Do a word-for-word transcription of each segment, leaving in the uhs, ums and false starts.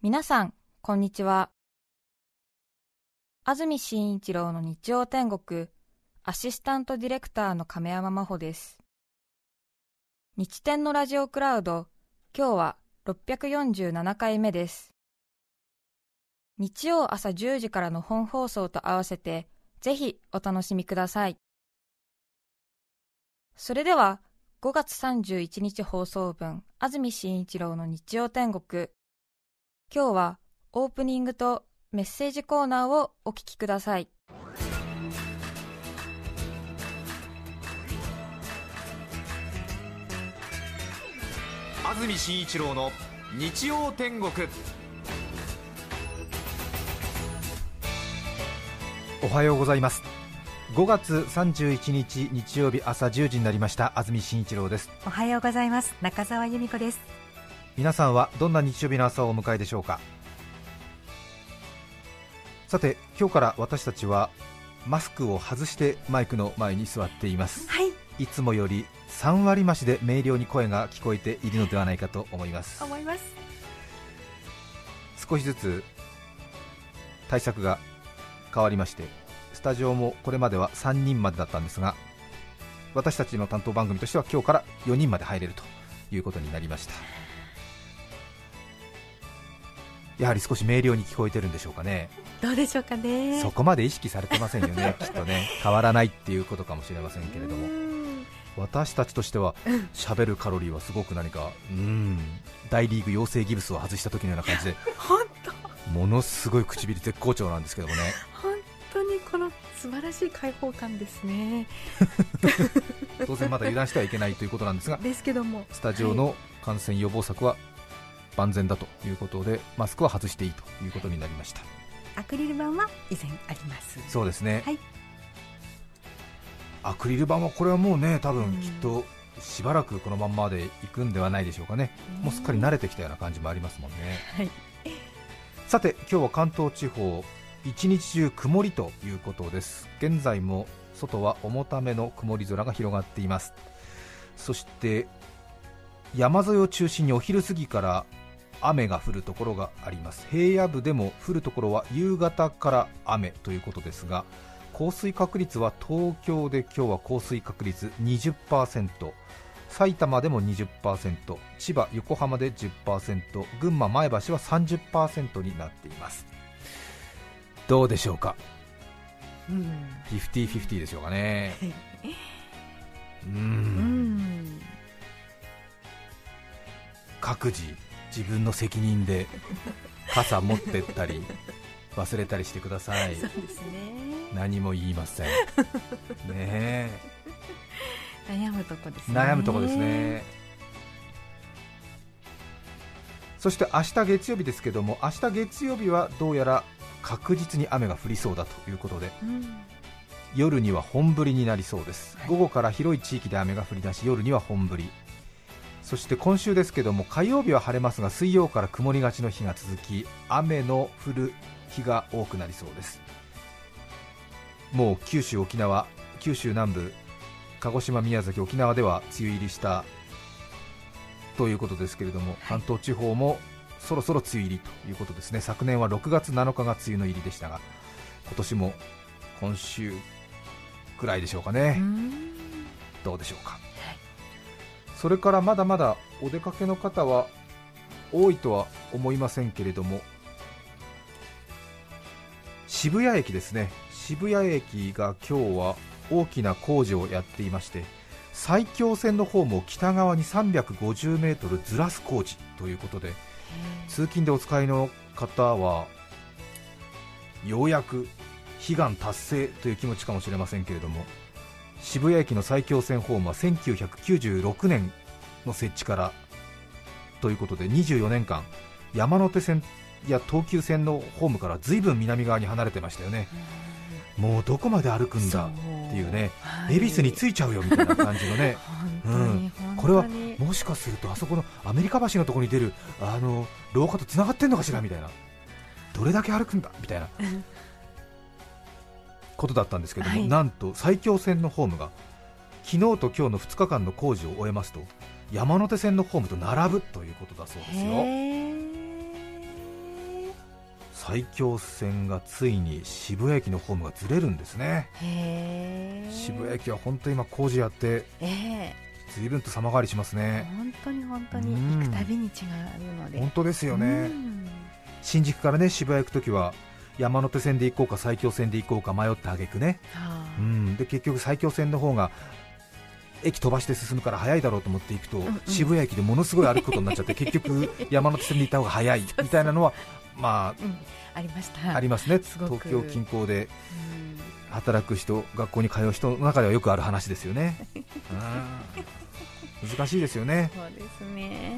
皆さんこんにちは。安住紳一郎の日曜天国アシスタントディレクターの亀山真帆です。日天のラジオクラウド、今日はろっぴゃくよんじゅうななかいめです。日曜朝じゅうじからの本放送と合わせてぜひお楽しみください。それではごがつさんじゅういちにち放送分安住紳一郎の日曜天国、今日はオープニングとメッセージコーナーをお聞きください。 安住紳一郎の日曜天国。おはようございます。ごがつさんじゅういちにち日曜日朝じゅうじになりました。安住紳一郎です。 おはようございます。中澤由美子です。 皆さんはどんな日曜日の朝をお迎えでしょうか。さて、今日から私たちはマスクを外してマイクの前に座っています。 はい、 いつもよりさんわり増しで明瞭に声が聞こえているのではないかと思います思います。 少しずつ対策が変わりまして、スタジオもこれまではさんにんまでだったんですが、私たちの担当番組としては今日からよにんまで入れるということになりました。やはり少し明瞭に聞こえてるんでしょうかね。 どうでしょうかね。 そこまで意識されてませんよねきっとね。変わらないっていうことかもしれませんけれども、私たちとしては喋るカロリーはすごく何かうーん大リーグ養成ギブスを外した時のような感じで本当ものすごい唇絶好調なんですけどもね。 本当にこの素晴らしい開放感ですね当然まだ油断してはいけないということなんですが、 ですけどもスタジオの感染予防策は万全だということで、マスクは外していいということになりました。 アクリル板は以前あります。 そうですね、 はい、 アクリル板はこれはもうね、多分きっとしばらくこのまんまでいくんではないでしょうかね。もうすっかり慣れてきたような感じもありますもんね。 はい、 さて、今日は関東地方一日中曇りということです。現在も外は重ための曇り空が広がっています。そして山沿いを中心にお昼過ぎから雨が降るところがあります。平野部でも降るところは夕方から雨ということですが、降水確率は東京で今日は降水確率 にじゅっパーセント、 埼玉でも にじゅっパーセント、 千葉横浜で じゅっパーセント、 群馬前橋は さんじゅっパーセント になっています。どうでしょうか。 うん、 フィフティーフィフティーでしょうかねうーんうん各自自分の責任で傘持ってったり忘れたりしてください。 そうですね。 何も言いませんねえ悩むとこですね。 悩むとこですね。そして明日月曜日ですけども、明日月曜日はどうやら確実に雨が降りそうだということで、 うん、 夜には本降りになりそうです。 はい、 午後から広い地域で雨が降り出し、夜には本降り。そして今週ですけども、火曜日は晴れますが水曜から曇りがちの日が続き、雨の降る日が多くなりそうです。もう九州沖縄、九州南部、鹿児島宮崎沖縄では梅雨入りしたということですけれども、関東地方もそろそろ梅雨入りということですね。昨年はろくがつなのかが梅雨の入りでしたが、今年も今週くらいでしょうかね。 うんどうでしょうか。それからまだまだお出かけの方は多いとは思いませんけれども、渋谷駅ですね。渋谷駅が今日は大きな工事をやっていまして、埼京線のホームを北側にさんびゃくごじゅうメートルずらす工事ということで、通勤でお使いの方はようやく悲願達成という気持ちかもしれませんけれども、渋谷駅の埼京線ホームはせんきゅうひゃくきゅうじゅうろくねんの設置からということで、にじゅうよねんかん山手線や東急線のホームからずいぶん南側に離れてましたよね。もうどこまで歩くんだっていうね、恵比寿に着いちゃうよみたいな感じのねうん、これはもしかするとあそこのアメリカ橋のところに出るあの廊下とつながってんのかしらみたいな、どれだけ歩くんだみたいなことだったんですけども、はい、なんと埼京線のホームが昨日と今日のふつかかんの工事を終えますと、山手線のホームと並ぶということだそうですよ。 埼京線がついに渋谷駅のホームがずれるんですね。 へー、 渋谷駅は本当に今工事やってえ随分と様変わりしますー、 ね。 本当に本当にうん行くたびに違うので、 本当ですよね。 うん新宿からね渋谷行くときは山手線で行こうか埼京線で行こうか迷ってあげくね、 はあ、 うんで結局埼京線の方が駅飛ばして進むから早いだろうと思っていくと、 うんうん渋谷駅でものすごい歩くことになっちゃって結局山手線で行った方が早いみたいなのはまうん、ありましたあありますね。 すごく東京近郊でうん働く人、学校に通う人の中ではよくある話ですよね。うん難しいですよね。 そうですね、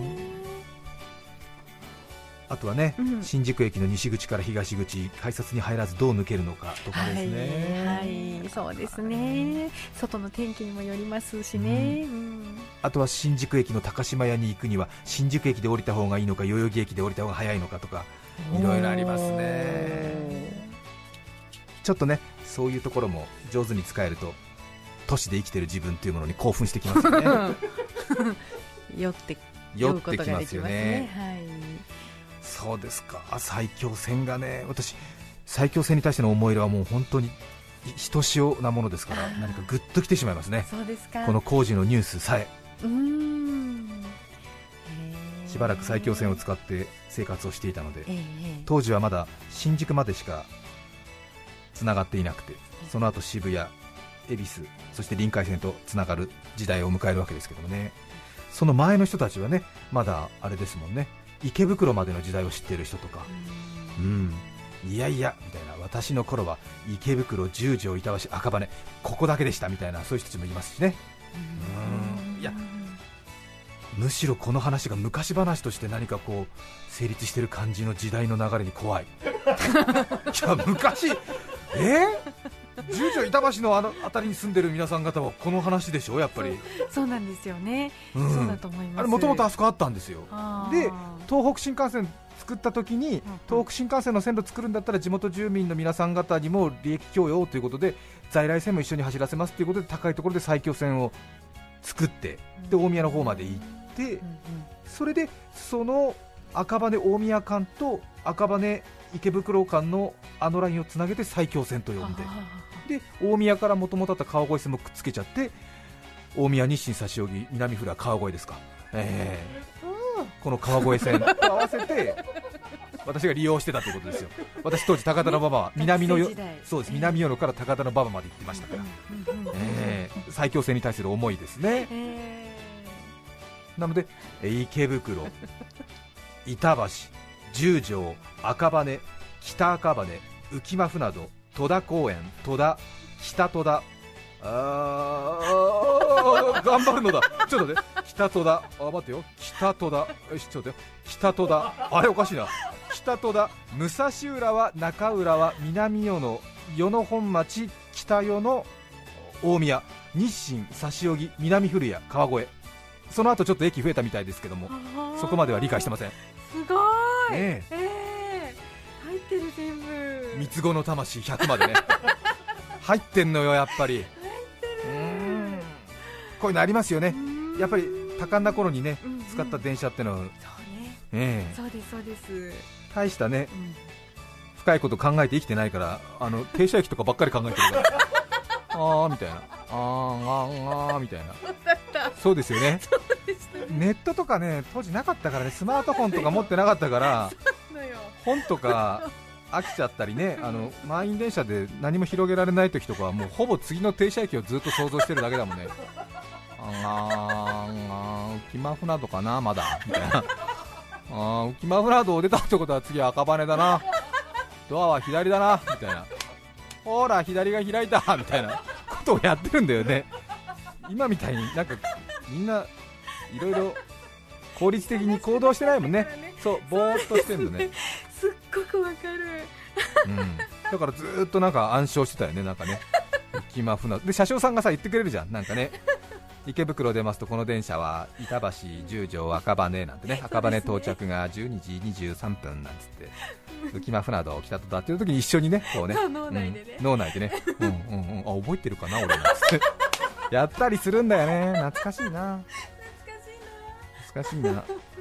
あとはね、 うん、 新宿駅の西口から東口改札に入らずどう抜けるのかとかですね、 はい、はい、そうですね、外の天気にもよりますしね、うんあとは新宿駅の高島屋に行くには新宿駅で降りた方がいいのか代々木駅で降りた方が早いのかとかいろいろありますね。ちょっとねそういうところも上手に使えると都市で生きてる自分というものに興奮してきますよね。 酔って酔ってきますよね。 酔うことができますね、はい、 そうですか。埼京線がね、私埼京線に対しての思い入れはもう本当にひとしおなものですから何かグッときてしまいますね。 そうですか。 この工事のニュースさえ。 うーん、へー、 しばらく埼京線を使って生活をしていたので、 ええええ、 当時はまだ新宿までしかつながっていなくて、その後渋谷、恵比寿、そして臨海線とつながる時代を迎えるわけですけどもね。その前の人たちはねまだあれですもんね、池袋までの時代を知っている人とか、 ううんん、いやいやみたいな、私の頃は池袋、十条、板橋、赤羽ここだけでしたみたいな、そういう人たちもいますしね。うんいやむしろこの話が昔話として何かこう成立している感じの時代の流れに怖い。いや昔えー、十条、板橋のあの辺りに住んでる皆さん方はこの話でしょやっぱり。 そうなんですよね、 うんそうだと思います。 あれもともとあそこあったんですよ。 あーで東北新幹線作った時に、東北新幹線の線路作るんだったら地元住民の皆さん方にも利益供与ということで在来線も一緒に走らせますということで高いところで埼京線を作ってで大宮の方まで行って、 うんうん、 それでその赤羽大宮間と赤羽池袋間のあのラインをつなげて埼京線と呼んで、で大宮からもともとあった川越線もくっつけちゃって大宮、日清、指荻、南古谷、川越ですか、えー、この川越線と合わせて私が利用してたということですよ。私当時高田馬場は南のよそうです南与野から高田馬場まで行ってましたから、えー、埼京線に対する思いですね。なので池袋、板橋、十条、赤羽、北赤羽、浮間船戸、戸田公園、戸田、北戸田、あー頑張るのだ、ちょっとね、北戸田、あ待ってよ、北戸田、よしちょっとよ、北戸田、あれおかしいな、北戸田、武蔵浦和、中浦和、南与野、与野本町、北与野、大宮、日清、指荻、南古谷、川越、その後ちょっと駅増えたみたいですけども、そこまでは理解してません。 すごい、 ねえー、入ってる全部、 三つ子の魂ひゃくまでね入ってんのよやっぱり。うーんこういうのありますよね。やっぱり多感な頃にね、 うんうん、 使った電車ってのは、 そうね、 ええ、 そうですそうです、 大したねうん深いこと考えて生きてないから、あの停車駅とかばっかり考えてるからあーみたいな、あーあーあーみたいな。そうですよね。ネットとかね当時なかったからね、スマートフォンとか持ってなかったから本とか飽きちゃったりね、あの満員電車で何も広げられない時とかはもうほぼ次の停車駅をずっと想像してるだけだもんね。あーあー浮間船戸かなまだみたいな、あー浮間船戸を出たってことは次は赤羽だな、ドアは左だなみたいな、ほら左が開いたみたいなことをやってるんだよね。今みたいになんかみんないろいろ効率的に行動してないもんね。そうぼーっとしてるのね。 すっごくわかる、 うん、だからずーっとなんか暗唱してたよね、なんかね浮間船で車掌さんがさ言ってくれるじゃん、なんかね池袋出ますとこの電車は板橋、十条、赤羽なんてね、赤羽到着がじゅうにじにじゅうさんぷんなんつって浮間船戸北戸田っていう時に一緒にねこうね脳内でね、 うん、脳内でね、うんうんうん、あ覚えてるかな俺なんつってやったりするんだよね。懐かしいな、懐かしいな。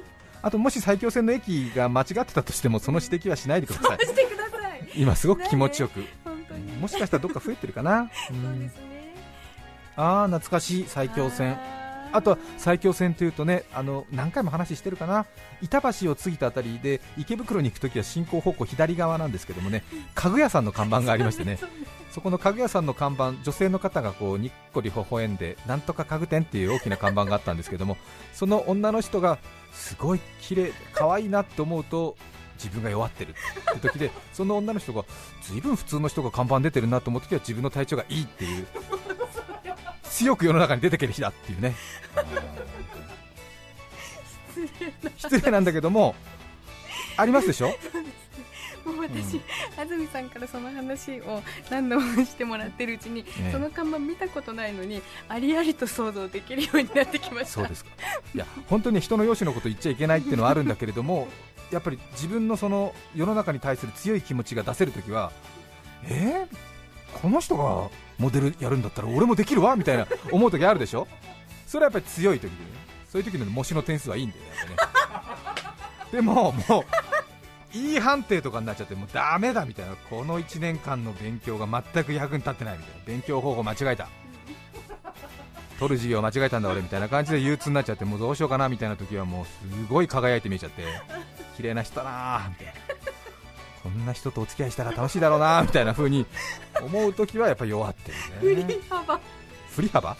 あともし埼京線の駅が間違ってたとしてもその指摘はしないでください。 そうしてください。 今すごく気持ちよく、 本当にもしかしたらどっか増えてるかな、うん、 そうですね。 あー懐かしい埼京線。あとは埼京線というとね、あの何回も話してるかな、板橋を過ぎたあたりで池袋に行くときは進行方向左側なんですけどもね、家具屋さんの看板がありましてね、そこの家具屋さんの看板、女性の方がこうにっこり微笑んでなんとか家具店っていう大きな看板があったんですけども、その女の人がすごい綺麗可愛いなって思うと自分が弱ってるって時で、その女の人がずいぶん普通の人が看板出てるなと思う時は自分の体調がいいっていう強く世の中に出てける日だっていうね失礼なんだけどもありますでしょ。 もう私、うん、安住さんからその話を何度もしてもらってるうちに、ね、その看板見たことないのにありありと想像できるようになってきました。 そうですか。いや本当に人の容姿のこと言っちゃいけないっていうのはあるんだけれどもやっぱり自分のその世の中に対する強い気持ちが出せるときは、えー、この人がモデルやるんだったら俺もできるわみたいな思うときあるでしょ。それはやっぱり強いときでね、そういう時の模試の点数はいいんだよね。でももういい判定とかになっちゃってもうダメだみたいな、このいちねんかんの勉強が全く役に立ってないみたいな、勉強方法間違えた、取る授業間違えたんだ俺みたいな感じで憂鬱になっちゃって、もうどうしようかなみたいな時はもうすごい輝いて見えちゃって、綺麗な人だなみたいな、こんな人とお付き合いしたら楽しいだろうなみたいな風に思う時はやっぱり弱ってるね。 振り幅振り幅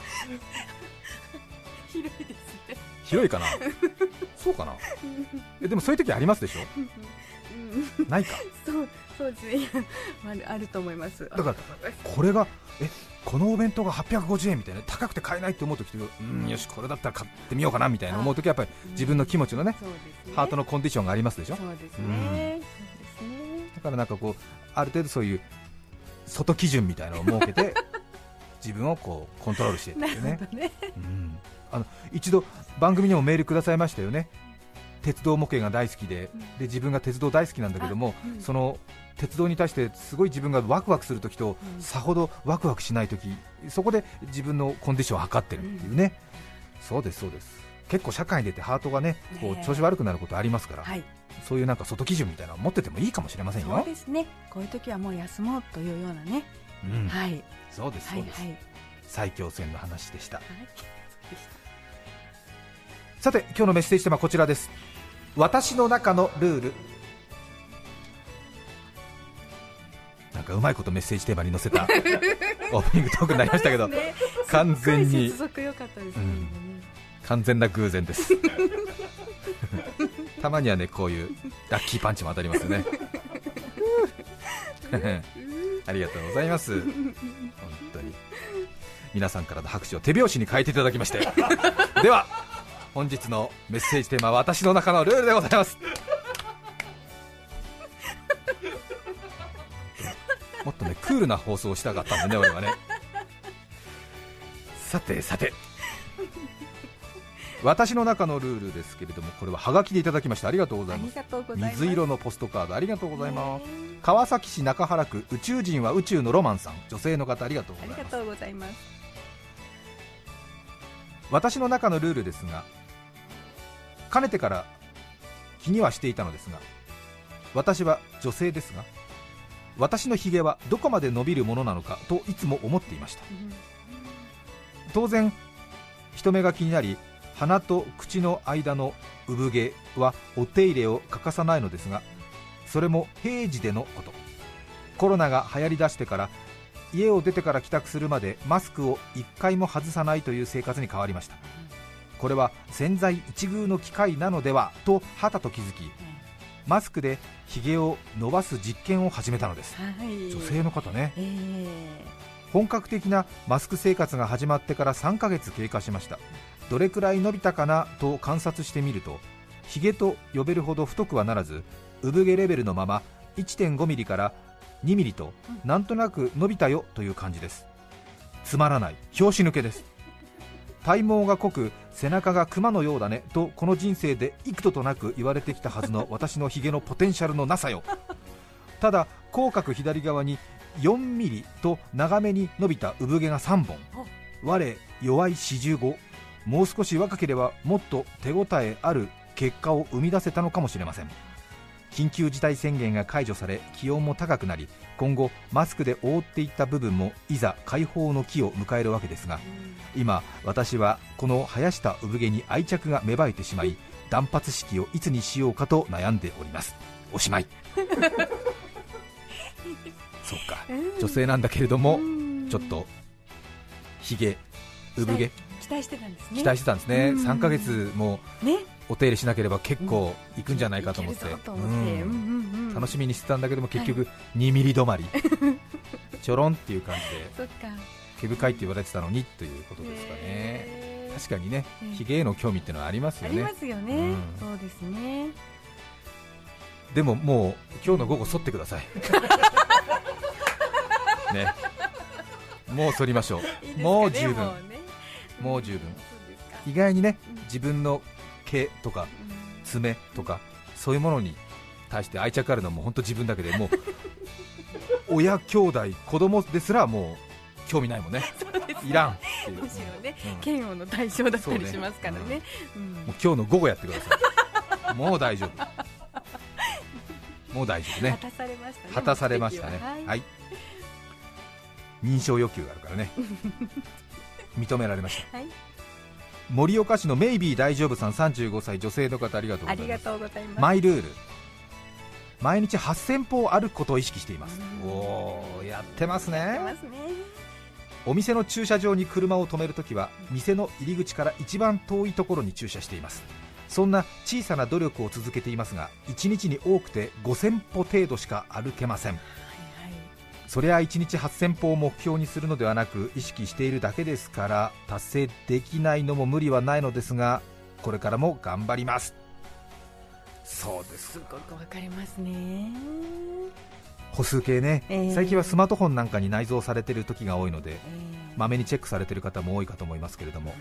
広いですね。 広いかなそうかなえでもそういう時ありますでしょうん、ないか。 そうそうですねある、あると思います。 だからこれがえこのお弁当がはっぴゃくごじゅうえんみたいな高くて買えないって思うときって、うんよしこれだったら買ってみようかなみたいな思うときはやっぱり自分の気持ちのね、 そうですね、 ハートのコンディションがありますでしょ。 そうですね、 うん、 そうですね。 だからなんかこうある程度そういう外基準みたいなのを設けて自分をこうコントロールしていってねね、 うん、あの一度番組にもメールくださいましたよね。鉄道模型が大好き で, で自分が鉄道大好きなんだけども、うん、その鉄道に対してすごい自分がワクワクするときと、うん、さほどワクワクしないとき、そこで自分のコンディションを測ってるっていうね、うん、そうですそうです。結構社会に出てハートがねこう調子悪くなることありますから、はい、そういうなんか外基準みたいなのを持っててもいいかもしれませんよ。 そうですね、こういう時はもう休もうというようなね、 うん、 はい、 そうですそうです、はいはい、埼京線の話でした、はい、さて今日のメッセージテーマはこちらです。私の中のルール。なんかうまいことメッセージテーマに載せたオープニングトークになりましたけど、ね、完全に接続良かったですね、うん、 完全な偶然ですたまにはねこういうラッキーパンチも当たりますよねありがとうございます。本当に皆さんからの拍手を手拍子に変えていただきましてでは本日のメッセージテーマは私の中のルールでございます。もっとねクールな放送をしたかったんでね俺はね。さてさて私の中のルールですけれども、これはハガキでいただきました。ありがとうございます。水色のポストカードありがとうございます。川崎市中原区宇宙人は宇宙のロマンさん、女性の方ありがとうございます。 ありがとうございます。 私の中のルールですが、かねてから気にはしていたのですが、私は女性ですが私のひげはどこまで伸びるものなのかといつも思っていました。当然人目が気になり鼻と口の間の産毛はお手入れを欠かさないのですが、それも平時でのこと。コロナが流行りだしてから家を出てから帰宅するまでマスクをいっかいも外さないという生活に変わりました。これは千載一遇の機会なのではとはたと気づき、マスクでひげを伸ばす実験を始めたのです、はい、女性の方ね、えー、本格的なマスク生活が始まってからさんかげつ経過しました。どれくらい伸びたかなと観察してみると、ひげと呼べるほど太くはならず、産毛レベルのまま いってんごミリからにミリとなんとなく伸びたよという感じです。つまらない、拍子抜けです。体毛が濃く背中が熊のようだねとこの人生で幾度となく言われてきたはずの私のひげのポテンシャルのなさよ。ただ口角左側によんミリと長めに伸びた産毛がさんぼん、我弱いよんじゅうご、もう少し若ければもっと手応えある結果を生み出せたのかもしれません。緊急事態宣言が解除され気温も高くなり、今後マスクで覆っていった部分もいざ解放の期を迎えるわけですが、今私はこの生やした産毛に愛着が芽生えてしまい、断髪式をいつにしようかと悩んでおります。おしまいそっか、女性なんだけれどもちょっとひげ産毛期待してたんですね。 期待してたんですね。 うんさんかげつもね、 お手入れしなければ結構いくんじゃないかと思って、楽しみにしてたんだけども結局にミリ止まりちょろんっていう感じで、 そっか、 毛深いって言われてたのにということですかね。確かにね、ひげへの興味っていうのはありますよね。 ありますよね、うん、そうですね。 でももう今日の午後剃ってくださいね、もう剃りましょう。いいですかね、もう十分、もう,、ね、もう十分、うん、意外にね、自分の毛とか爪とかそういうものに対して愛着あるのも本当自分だけで、もう親兄弟子供ですらもう興味ないもんね。いらんっていう、 むしろね、うん、嫌悪の対象だったりしますからね。 そうね、 うん、 もう今日の午後やってくださいもう大丈夫もう大丈夫ね。 果たされましたね。 果たされましたね。はい、はい、認証欲求があるからね認められました、はい、盛岡市のメイビー大丈夫さんさんじゅうごさい女性の方、ありがとうございます。 ありがとうございます。 マイルール、毎日はっせん歩を歩くことを意識しています。おー、やってますね。 やってますね。 お店の駐車場に車を止めるときは店の入り口から一番遠いところに駐車しています。そんな小さな努力を続けていますが、いちにちに多くてごせん歩程度しか歩けません。はいはい、それはいちにちはっせん歩を目標にするのではなく意識しているだけですから、達成できないのも無理はないのですが、これからも頑張ります。そうです。 すごくわかりますね。 歩数計ね、えー、最近はスマートフォンなんかに内蔵されている時が多いので、えー、まめにチェックされている方も多いかと思いますけれども、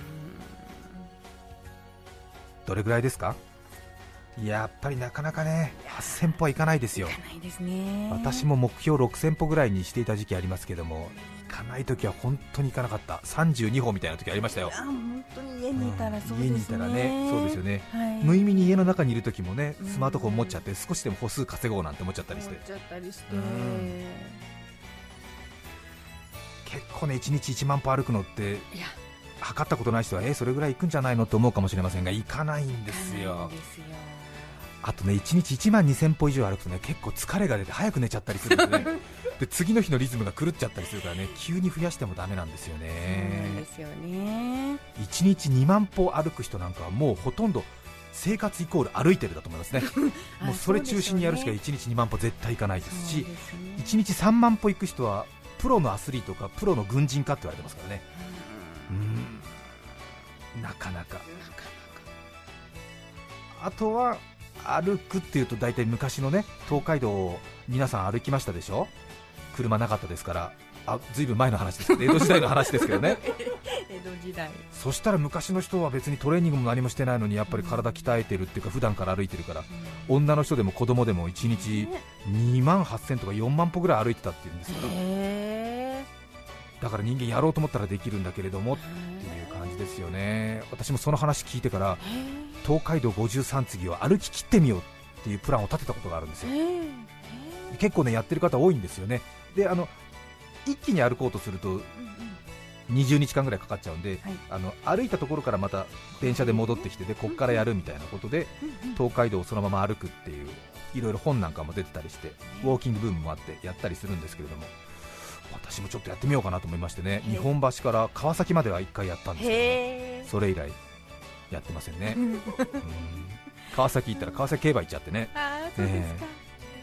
どれぐらいですか？やっぱりなかなかね、はっせん歩はいかないですよ。 いかないですね。 私も目標ろくせん歩ぐらいにしていた時期ありますけども、いかない時は本当にいかなかった。さんじゅうに歩みたいな時ありましたよ。 あ、本当に家にいたらそうですね、 うん、家にいたらね、そうですよね、はい、無意味に家の中にいる時もね、スマートフォン持っちゃって少しでも歩数稼ごうなんて思っちゃったりして、 思っちゃったりして、 結構ね、いちにちいちまん歩歩くのって測ったことない人はえそれぐらい行くんじゃないのと思うかもしれませんが、行かないんですよ。あとね、いちにちいちまんにせん歩以上歩くとね、結構疲れが出て早く寝ちゃったりするんですねで次の日のリズムが狂っちゃったりするからね、急に増やしてもダメなんですよね。 そうなんですよね。 いちにちにまん歩歩く人なんかはもうほとんど生活イコール歩いてるだと思いますねもうそれ中心にやるしかいちにちにまん歩絶対行かないですし、ですね、いちにちさんまん歩行く人はプロのアスリートかプロの軍人かって言われてますからね。うーん、なかなかあとは歩くっていうと大体昔のね、東海道を皆さん歩きましたでしょ。車なかったですから、あ、ずいぶん前の話ですけど、江戸時代の話ですけどね江戸時代。 そしたら昔の人は別にトレーニングも何もしてないのにやっぱり体鍛えてるっていうか、普段から歩いてるから、うん、女の人でも子供でもいちにちにまんはっせんとかよんまん歩ぐらい歩いてたっていうんですから、 へだから人間やろうと思ったらできるんだけれどもっていう感じですよね。私もその話聞いてから東海道ごじゅうさん次を歩き切ってみようっていうプランを立てたことがあるんですよ。結構ね、やってる方多いんですよね。で、あの一気に歩こうとするとにじゅうにちかんぐらいかかっちゃうんで、はい、あの歩いたところからまた電車で戻ってきて、でこっからやるみたいなことで東海道をそのまま歩くっていう、いろいろ本なんかも出てたりして、ウォーキングブームもあってやったりするんですけれども、私もちょっとやってみようかなと思いましてね、日本橋から川崎まではいっかいやったんですけど、それ以来やってませんねうん、川崎行ったら川崎競馬行っちゃってね。 あ、そうですか、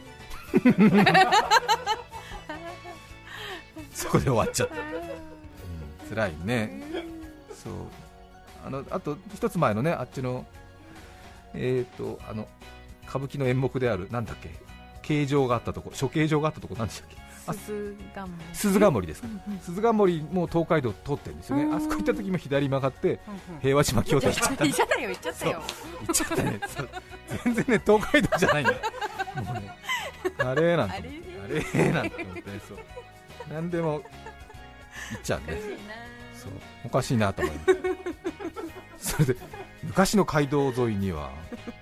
そこで終わっちゃった、うん、辛いね。そう、あのあと一つ前のね、あっちのえっ、ー、とあの歌舞伎の演目であるなんだっけ、形状があったとこ、処刑場があったとこ、なんでしたっけ、 鈴ヶ森。 鈴ヶ森ですか、うんうん、鈴ヶ森も東海道通ってるんですよね。あそこ行った時も左曲がって、うんうん、平和島京都行っちゃった。 行っちゃったよ、行っちゃったよ。 行っちゃったね。全然ね、東海道じゃないんだよ。もうね、あれなんて、あれなんて思って、そう。何でも行っちゃうね。そう、おかしいなと思いますそれで昔の街道沿いには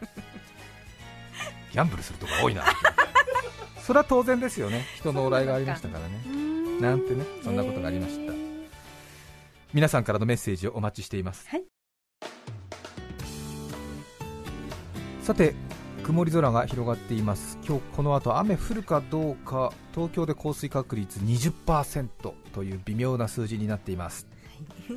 ギャンブルするとこ多いなそれは当然ですよね、人の往来がありましたからね、なんてね、そんなことがありました。皆さんからのメッセージをお待ちしています、 はい、 さて曇り空が広がっています。今日この後雨降るかどうか、東京で降水確率 にじゅっパーセント という微妙な数字になっています、はい、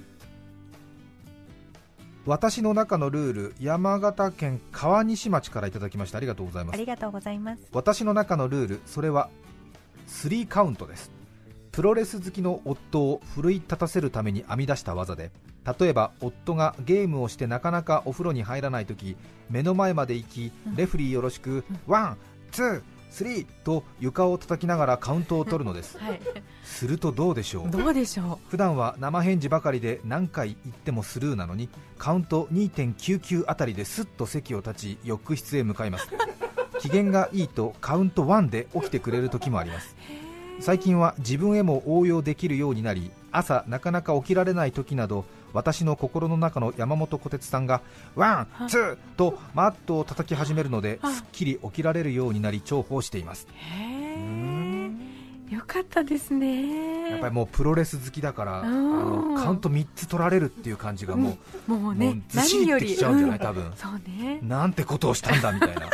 私の中のルール、山形県川西町からいただきました。ありがとうございます。 ありがとうございます。 私の中のルール、それはスリーカウントです。プロレス好きの夫を奮い立たせるために編み出した技で、例えば夫がゲームをしてなかなかお風呂に入らないとき、目の前まで行き、レフリーよろしく、ワン、ツー、スリーと床を叩きながらカウントを取るのです、はい、するとどうでしょう。 どうでしょう。 普段は生返事ばかりで何回言ってもスルーなのに、カウント にてんきゅうきゅう あたりですっと席を立ち浴室へ向かいます。機嫌がいいとカウントワンで起きてくれる時もあります。最近は自分へも応用できるようになり、朝なかなか起きられない時など、私の心の中の山本小鉄さんがワン、ツーとマットを叩き始めるので、すっきり起きられるようになり重宝しています。 へー、よかったですね。 やっぱりもうプロレス好きだから、あのカウントみっつ取られるっていう感じがもう、うん、もうね、もうずしりってきちゃうんじゃない、多分、うん、そうね、なんてことをしたんだみたいな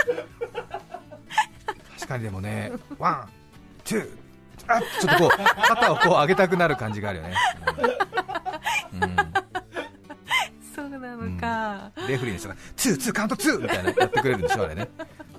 確かに。でもね、ワン、ツー、あ、ちょっとこう肩をこう上げたくなる感じがあるよね、うんうん、 そうなのか、 うん、レフリーの人がツー、ツーカウントツーみたいなやってくれるんでしょあれね、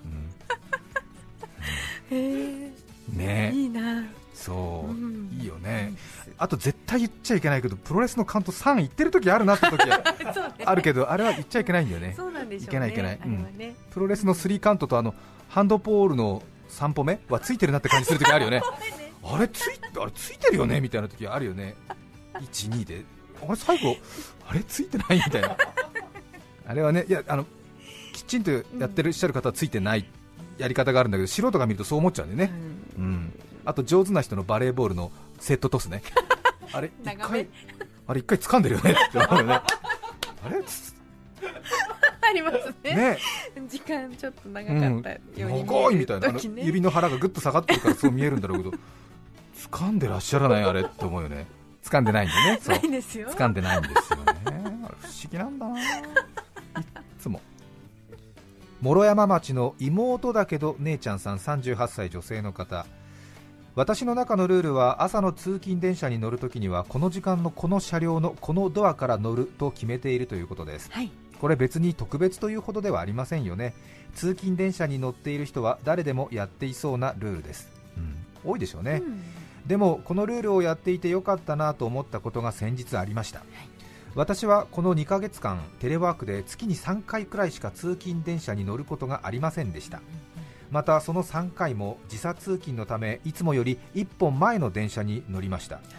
うん、へー、ね、いいな、 そう、うん、いいよね。あと絶対言っちゃいけないけど、プロレスのカウントさん言ってる時あるなって時あるけど、あれは言っちゃいけないんだよね。 そうなんでしょうね、 いけないいけない、 あれはね、 うん、プロレスのスリーカウントとあのハンドポールのさん歩目はついてるなって感じする時あるよねあれつい、あれついてるよねみたいな時あるよね。いち、にであれ最後あれついてないみたいなあれはね、いや、あのきちんとやってるしゃる方はついてないやり方があるんだけど、素人が見るとそう思っちゃうんでね、うん、うん、あと上手な人のバレーボールのセットトスねあれ一回あれ一回掴んでるよねって思うよねあれありますね。ね、時間ちょっと長かったように見える、 うん、長いみたいな、ね、指の腹がぐっと下がってるからそう見えるんだろうけど掴んでらっしゃらないあれって思うよね。掴んでないんでね、そうないですよ、 掴んでないんですよねあれ不思議なんだないつも。諸山町の妹だけど姉ちゃんさん、さんじゅうはっさい女性の方。私の中のルールは、朝の通勤電車に乗るときにはこの時間のこの車両のこのドアから乗ると決めているということです、はい、これ別に特別というほどではありませんよね。通勤電車に乗っている人は誰でもやっていそうなルールです、うん、多いでしょうね、うん、でもこのルールをやっていてよかったなと思ったことが先日ありました、はい、私はこのにかげつかんテレワークで月にさんかいくらいしか通勤電車に乗ることがありませんでした。またそのさんかいも時差通勤のため、いつもよりいっぽんまえの電車に乗りました、はい、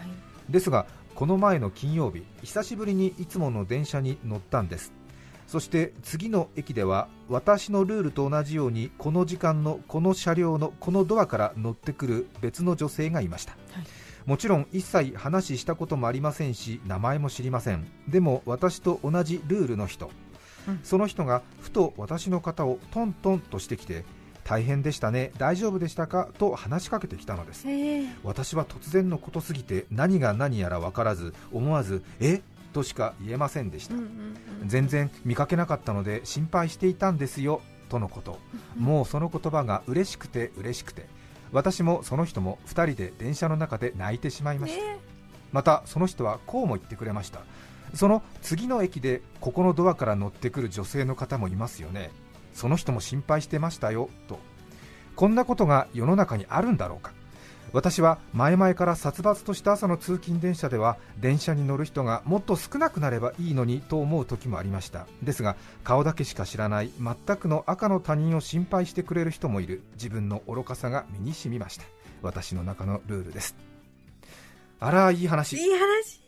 ですがこの前の金曜日、久しぶりにいつもの電車に乗ったんです。そして次の駅では私のルールと同じようにこの時間のこの車両のこのドアから乗ってくる別の女性がいました、はい、もちろん一切話したこともありませんし、名前も知りません。でも私と同じルールの人、うん、その人がふと私の肩をトントンとしてきて、大変でしたね、大丈夫でしたかと話しかけてきたのです。私は突然のことすぎて何が何やら分からず、思わずえとしか言えませんでした、うんうんうん、全然見かけなかったので心配していたんですよとのこと、うん、もうその言葉が嬉しくて嬉しくて、私もその人もふたりで電車の中で泣いてしまいました、えー、またその人はこうも言ってくれました。その次の駅でここのドアから乗ってくる女性の方もいますよね、その人も心配してましたよと。こんなことが世の中にあるんだろうか。私は前々から殺伐とした朝の通勤電車では電車に乗る人がもっと少なくなればいいのにと思う時もありました。ですが顔だけしか知らない全くの赤の他人を心配してくれる人もいる自分の愚かさが身に染みました。私の中のルールです。あら、いい話、 いい話。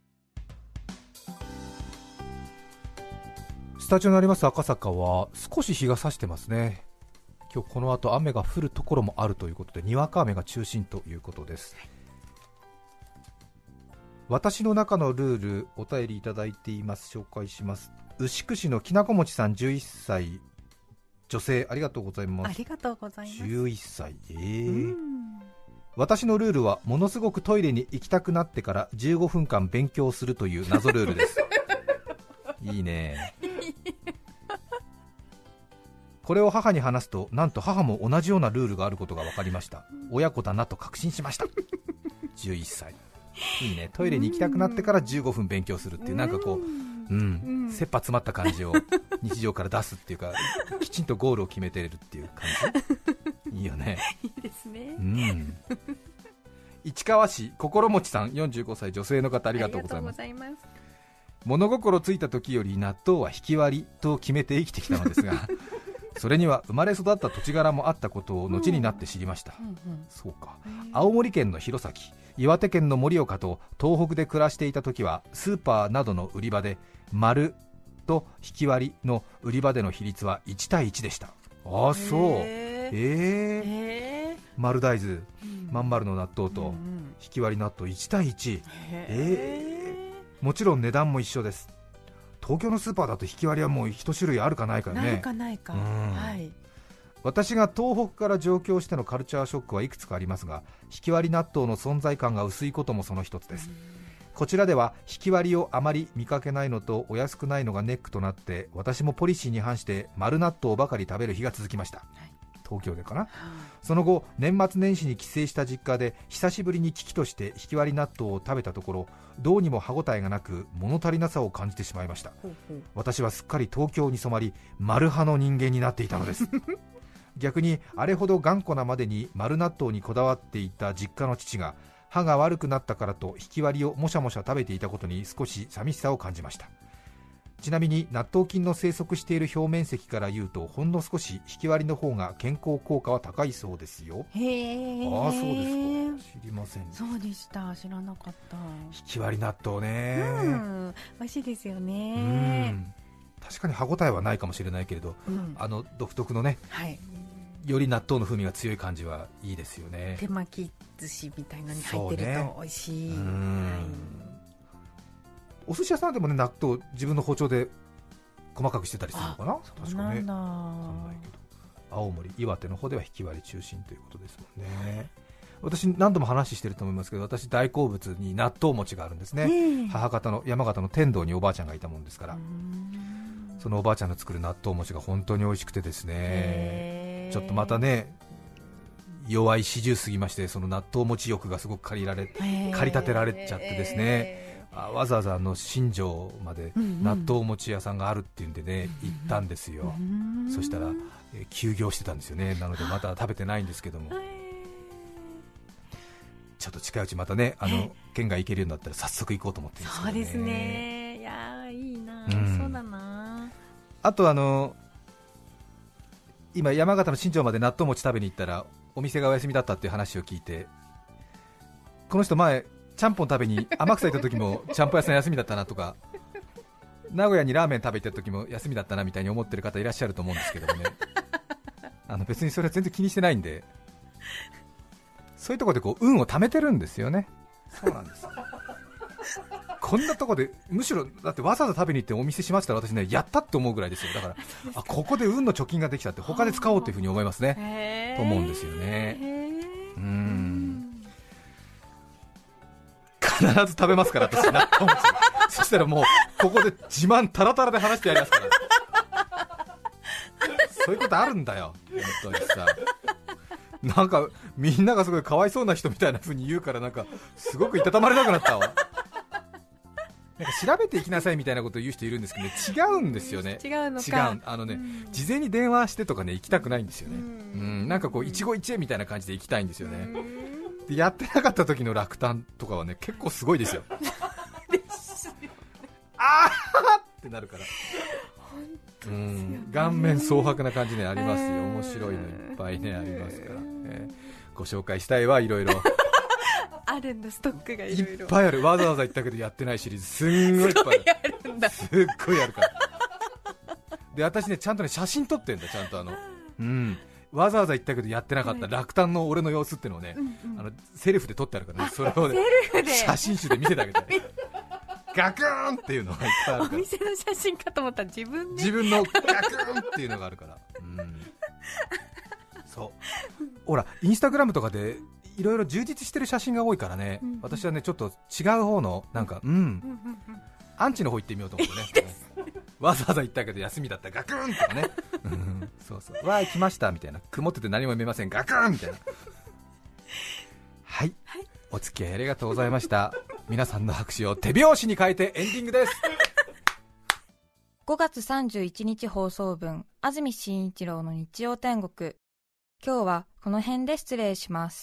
スタジオにあります赤坂は少し日が差してますね。今日この後雨が降るところもあるということで、にわか雨が中心ということです、はい、私の中のルール、お便りいただいています。紹介します。 牛久市のきなこもちさんじゅういっさい女性、ありがとうございます。 ありがとうございます。 じゅういっさい、えー、私のルールはものすごくトイレに行きたくなってからじゅうごふんかん勉強するという謎ルールですいいね。これを母に話すと、なんと母も同じようなルールがあることが分かりました。親子だなと確信しましたじゅういっさい、いいね。トイレに行きたくなってからじゅうごふん勉強するっていう、なんかこう、うん、切羽詰まった感じを日常から出すっていうかきちんとゴールを決めてるっていう感じいいよね。 いいですね、 うん、市川市心持さんよんじゅうごさい女性の方、ありがとうございます。物心ついた時より納豆は引き割りと決めて生きてきたのですがそれには生まれ育った土地柄もあったことを後になって知りました、うんうんうん、そうか。青森県の弘前、岩手県の盛岡と東北で暮らしていた時はスーパーなどの売り場で丸と引き割りの売り場での比率はいちたいいちでした。ああそう、えー、えー、丸大豆、うん、まん丸の納豆と引き割り納豆いちたいいち、えー、もちろん値段も一緒です。東京のスーパーだと引き割りはもう一種類あるかないかよね。 ないかないか、うん、はい。 私が東北から上京してのカルチャーショックはいくつかありますが、引き割り納豆の存在感が薄いこともその一つです。こちらでは引き割りをあまり見かけないのとお安くないのがネックとなって、私もポリシーに反して丸納豆ばかり食べる日が続きました、はい、東京でかな、うん、その後年末年始に帰省した実家で久しぶりに危機として引き割り納豆を食べたところ、どうにも歯ごたえがなく物足りなさを感じてしまいました。ほうほう。私はすっかり東京に染まり丸派の人間になっていたのです逆にあれほど頑固なまでに丸納豆にこだわっていた実家の父が歯が悪くなったからと引き割りをもしゃもしゃ食べていたことに少し寂しさを感じました。ちなみに納豆菌の生息している表面積から言うと、ほんの少し引き割りの方が健康効果は高いそうですよ。 へー、 ああそうですか、知りません。 そうでした、知らなかった。 引き割り納豆ね、 うん、美味しいですよね。うん、 確かに歯ごたえはないかもしれないけれど、うん、あの独特のね、はい、より納豆の風味が強い感じはいいですよね。 手巻き寿司みたいなのに入ってると美味しい、ね。うん、はい、 お寿司屋さんでもね、納豆自分の包丁で細かくしてたりするのかな。確かね、ないけど青森、岩手の方では引き割り中心ということですもんね。私何度も話してると思いますけど、私大好物に納豆餅があるんですね、えー、母方の山形の天童におばあちゃんがいたもんですから、そのおばあちゃんの作る納豆餅が本当に美味しくてですね、えー、ちょっとまたね弱い四十過ぎまして、その納豆餅欲がすごく借りられ、えー、駆り立てられちゃってですね、えー、あわざわざあの新庄まで納豆餅屋さんがあるっていうんでね、うんうん、行ったんですよ、うんうん、そしたら、えー、休業してたんですよね。なのでまだ食べてないんですけども、ちょっと近いうちまたね、あの県外行けるようになったら早速行こうと思ってるんですけどね。 そうですね、いやいいな、うん、そうだな。 あとあの今山形の新庄まで納豆餅食べに行ったらお店がお休みだったっていう話を聞いて、この人前ちゃんぽん食べに天草行った時もちゃんぽん屋さん休みだったなとか、名古屋にラーメン食べ行った時も休みだったなみたいに思ってる方いらっしゃると思うんですけどもねあの別にそれは全然気にしてないんで、そういうところでこう運を貯めてるんですよね。そうなんですこんなとこでむしろだってわざわざ食べに行ってお店しましたら私ね、やったって思うぐらいですよ。だからあここで運の貯金ができたって他で使おうというふうに思いますね、と思うんですよね。うーん、必ず食べますから私納豆餅そしたらもうここで自慢タラタラで話してやりますからそういうことあるんだよ本当にさ。なんかみんながすごいかわいそうな人みたいな風に言うから、なんかすごくいたたまれなくなったわなんか調べていきなさいみたいなことを言う人いるんですけど、ね、違うんですよね。 違うのか。 違う、あのね、うん、事前に電話してとかね行きたくないんですよね。うん、うん、なんかこう一期一会みたいな感じで行きたいんですよね。でやってなかった時の落胆とかはね結構すごいですよあーってなるから、うん、顔面蒼白な感じねありますよ。面白いのいっぱいねありますから、えー、ご紹介したいはいろいろあるんだ、ストックがいろいろいっぱいある。わざわざ言ったけどやってないシリーズすんごいいっぱいある。すごいあるんだ。すっごいあるからで私ねちゃんとね写真撮ってんだ、ちゃんとあの、うん、わざわざ言ったけどやってなかった落胆の俺の様子ってのをね、うんうん、あのセルフで撮ってあるからね、それをね写真集で見せてあげたいガクーンっていうのがいっぱいあるから。 お店の写真かと思ったら自分で自分のガクーンっていうのがあるから、うん、そうほらインスタグラムとかでいろいろ充実してる写真が多いからね、うんうん、私はねちょっと違う方のなんかうん、うんうんうん、アンチの方行ってみようと思ってねわざわざ行ったけど休みだったらガクーンとかね、うん、そうそうわー来ましたみたいな、曇ってて何も見えませんガクーンみたいなはい、はい、お付き合いありがとうございました皆さんの拍手を手拍子に変えてエンディングですごがつさんじゅういちにち放送分、安住紳一郎の日曜天国。今日はこの辺で失礼します。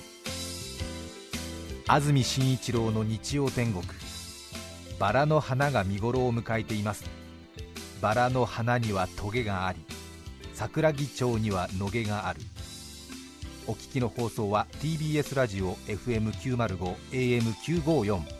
安住紳一郎の日曜天国、バラの花が見頃を迎えています。バラの花にはトゲがあり、桜木町には野毛がある。お聞きの放送は ティービーエス ラジオ エフエムきゅうまるご エーエムきゅうごよん。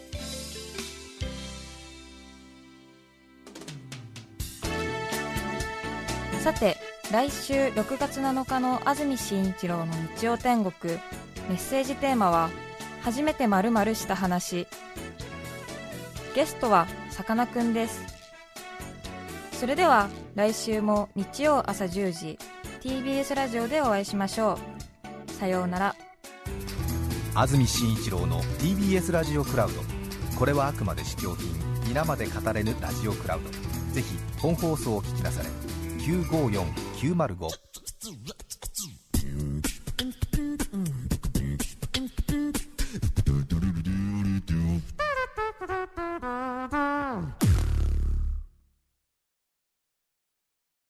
さて来週ろくがつなのかの安住紳一郎の日曜天国、メッセージテーマは初めて〇〇した話。ゲストはさかなクンです。それでは来週も日曜朝じゅうじ ティービーエス ラジオでお会いしましょう。さようなら。 安住紳一郎の ティービーエス ラジオクラウド、これはあくまで試供品、皆まで語れぬラジオクラウド。ぜひ本放送を聞きなされ。きゅうごよん きゅうまるご